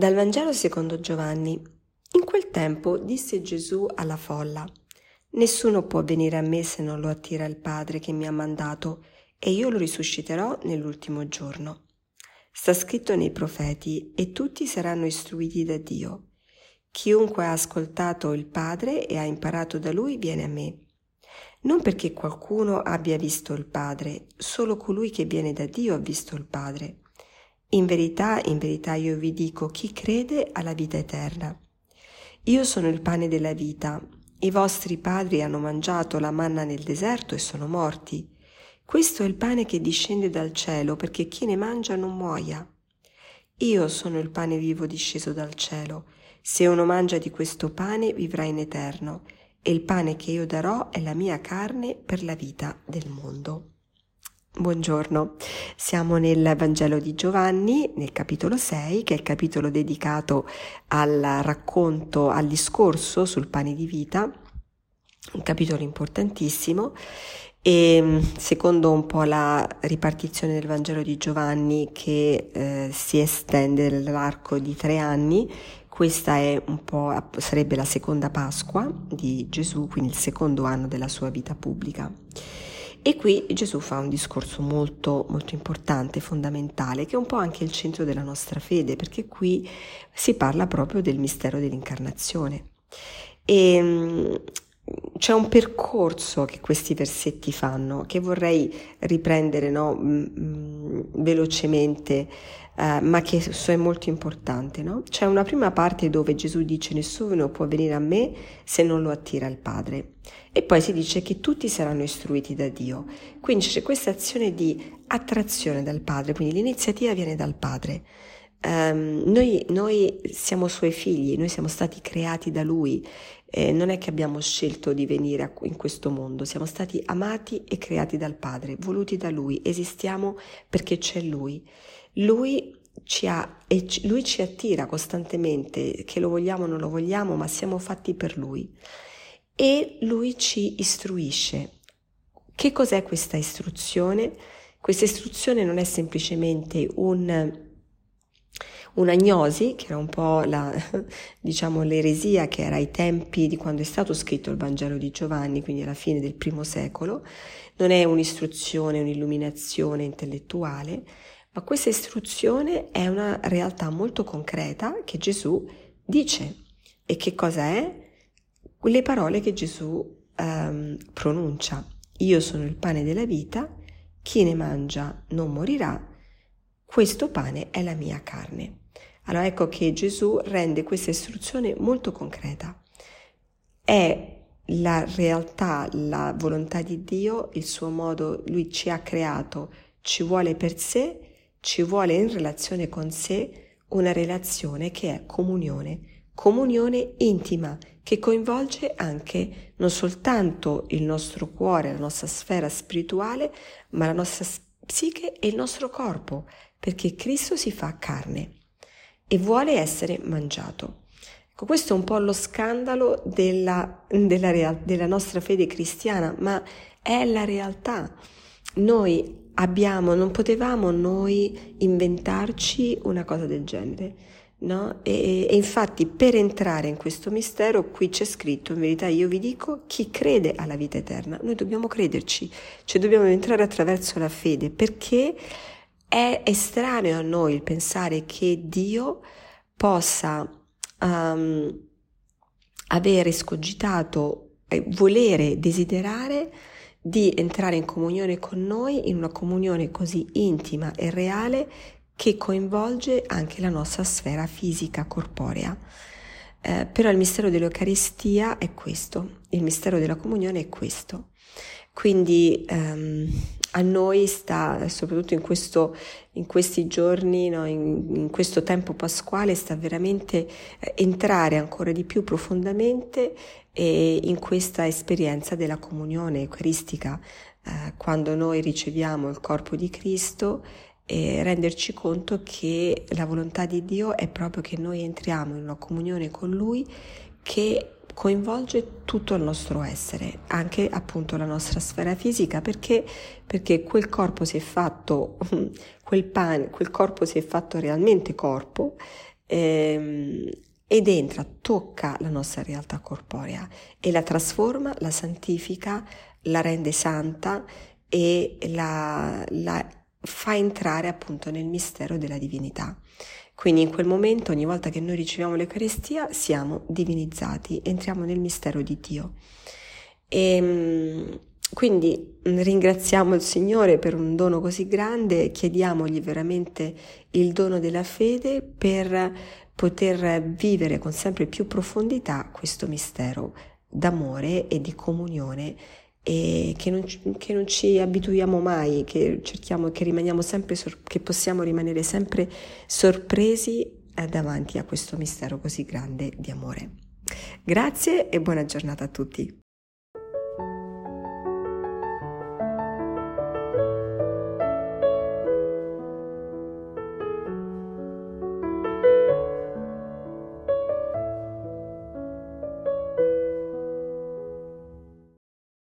Dal Vangelo secondo Giovanni. In quel tempo disse Gesù alla folla: «Nessuno può venire a me se non lo attira il Padre che mi ha mandato, e io lo risusciterò nell'ultimo giorno. Sta scritto nei profeti, e tutti saranno istruiti da Dio. Chiunque ha ascoltato il Padre e ha imparato da Lui viene a me. Non perché qualcuno abbia visto il Padre, solo colui che viene da Dio ha visto il Padre. In verità io vi dico, chi crede ha la vita eterna. Io sono il pane della vita. I vostri padri hanno mangiato la manna nel deserto e sono morti. Questo è il pane che discende dal cielo, perché chi ne mangia non muoia. Io sono il pane vivo disceso dal cielo. Se uno mangia di questo pane vivrà in eterno, e il pane che io darò è la mia carne per la vita del mondo». Buongiorno, siamo nel Vangelo di Giovanni, nel capitolo 6, che è il capitolo dedicato al racconto, al discorso sul pane di vita, un capitolo importantissimo, e secondo un po' la ripartizione del Vangelo di Giovanni che si estende nell'arco di 3 anni, questa è un po', sarebbe la seconda Pasqua di Gesù, quindi il secondo anno della sua vita pubblica. E qui Gesù fa un discorso molto, molto importante, fondamentale, che è un po' anche il centro della nostra fede, perché qui si parla proprio del mistero dell'incarnazione. E c'è un percorso che questi versetti fanno, che vorrei riprendere velocemente, ma che è molto importante. No? C'è una prima parte dove Gesù dice: nessuno può venire a me se non lo attira il Padre. E poi si dice che tutti saranno istruiti da Dio. Quindi c'è questa azione di attrazione dal Padre, quindi l'iniziativa viene dal Padre. Noi siamo Suoi figli, noi siamo stati creati da Lui, non è che abbiamo scelto di venire in questo mondo, siamo stati amati e creati dal Padre, voluti da Lui, esistiamo perché c'è Lui. Lui ci attira costantemente, che lo vogliamo o non lo vogliamo, ma siamo fatti per Lui. E Lui ci istruisce. Che cos'è questa istruzione? Questa istruzione non è semplicemente un'agnosi, che era un po' l'eresia che era ai tempi di quando è stato scritto il Vangelo di Giovanni, quindi alla fine del I secolo. Non è un'istruzione, un'illuminazione intellettuale, ma questa istruzione è una realtà molto concreta che Gesù dice. E che cosa è? Le parole che Gesù pronuncia: io sono il pane della vita, chi ne mangia non morirà, questo pane è la mia carne. Allora ecco che Gesù rende questa istruzione molto concreta. È la realtà, la volontà di Dio, il suo modo, Lui ci ha creato, ci vuole per sé, ci vuole in relazione con sé, una relazione che è comunione intima, che coinvolge anche non soltanto il nostro cuore, la nostra sfera spirituale, ma la nostra psiche e il nostro corpo, perché Cristo si fa carne e vuole essere mangiato. Ecco, questo è un po' lo scandalo della nostra fede cristiana, ma è la realtà. Non potevamo noi inventarci una cosa del genere. No? E infatti per entrare in questo mistero qui c'è scritto: in verità io vi dico, chi crede alla vita eterna. Noi dobbiamo crederci, cioè dobbiamo entrare attraverso la fede, perché è estraneo a noi il pensare che Dio possa avere escogitato, volere, desiderare di entrare in comunione con noi, in una comunione così intima e reale che coinvolge anche la nostra sfera fisica, corporea. Però il mistero dell'Eucaristia è questo, il mistero della comunione è questo. Quindi a noi sta, soprattutto in questi giorni, no, in questo tempo pasquale, sta veramente entrare ancora di più profondamente in questa esperienza della comunione eucaristica, quando noi riceviamo il corpo di Cristo, e renderci conto che la volontà di Dio è proprio che noi entriamo in una comunione con Lui che coinvolge tutto il nostro essere, anche appunto la nostra sfera fisica, perché quel corpo si è fatto, quel corpo si è fatto realmente corpo, ed entra, tocca la nostra realtà corporea e la trasforma, la santifica, la rende santa e la fa entrare appunto nel mistero della divinità. Quindi in quel momento, ogni volta che noi riceviamo l'Eucaristia, siamo divinizzati, entriamo nel mistero di Dio. Quindi ringraziamo il Signore per un dono così grande, chiediamogli veramente il dono della fede per poter vivere con sempre più profondità questo mistero d'amore e di comunione, e che non ci abituiamo mai, che cerchiamo, che rimaniamo sempre, che possiamo rimanere sempre sorpresi davanti a questo mistero così grande di amore. Grazie e buona giornata a tutti.